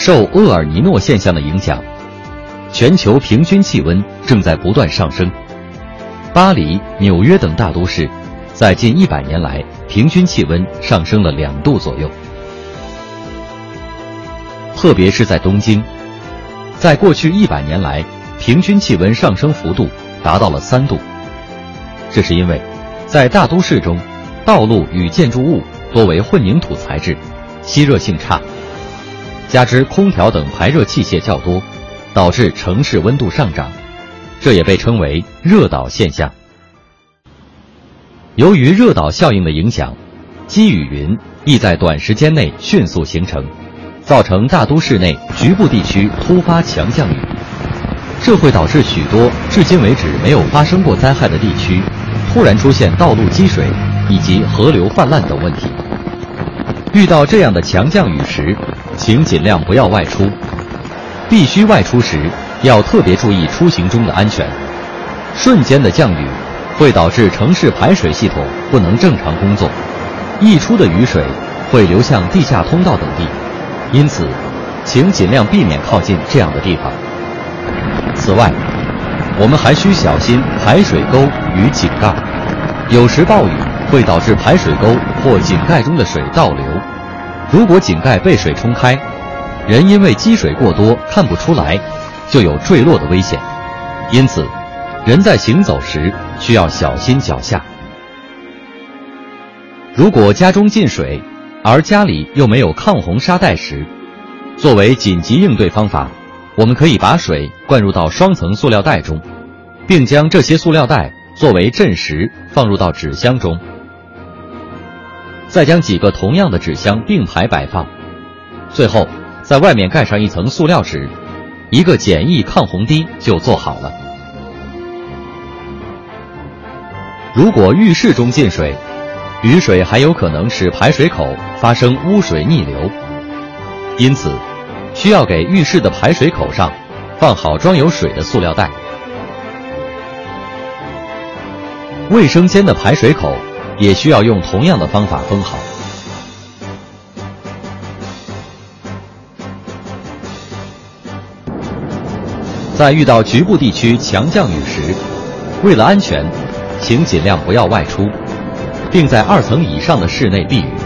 受厄尔尼诺现象的影响，全球平均气温正在不断上升。巴黎、纽约等大都市在近100年来平均气温上升了2度左右。特别是在东京，在过去100年来，平均气温上升幅度达到了3度。这是因为，在大都市中，道路与建筑物多为混凝土材质，吸热性差，加之空调等排热器械较多，导致城市温度上涨，这也被称为热岛现象。由于热岛效应的影响，积雨云易在短时间内迅速形成，造成大都市内局部地区突发强降雨，这会导致许多至今为止没有发生过灾害的地区突然出现道路积水以及河流泛滥等问题。遇到这样的强降雨时，请尽量不要外出，必须外出时要特别注意出行中的安全。瞬间的降雨会导致城市排水系统不能正常工作，溢出的雨水会流向地下通道等地，因此请尽量避免靠近这样的地方。此外，我们还需小心排水沟与井盖，有时暴雨会导致排水沟或井盖中的水倒流，如果井盖被水冲开，人因为积水过多看不出来，就有坠落的危险。因此，人在行走时需要小心脚下。如果家中进水，而家里又没有抗洪沙袋时，作为紧急应对方法，我们可以把水灌入到双层塑料袋中，并将这些塑料袋作为镇石放入到纸箱中，再将几个同样的纸箱并排摆放，最后在外面盖上一层塑料纸，一个简易抗洪堤就做好了。如果浴室中进水，雨水还有可能使排水口发生污水逆流，因此需要给浴室的排水口上放好装有水的塑料袋。卫生间的排水口也需要用同样的方法封好。在遇到局部地区强降雨时，为了安全，请尽量不要外出，并在2层以上的室内避雨。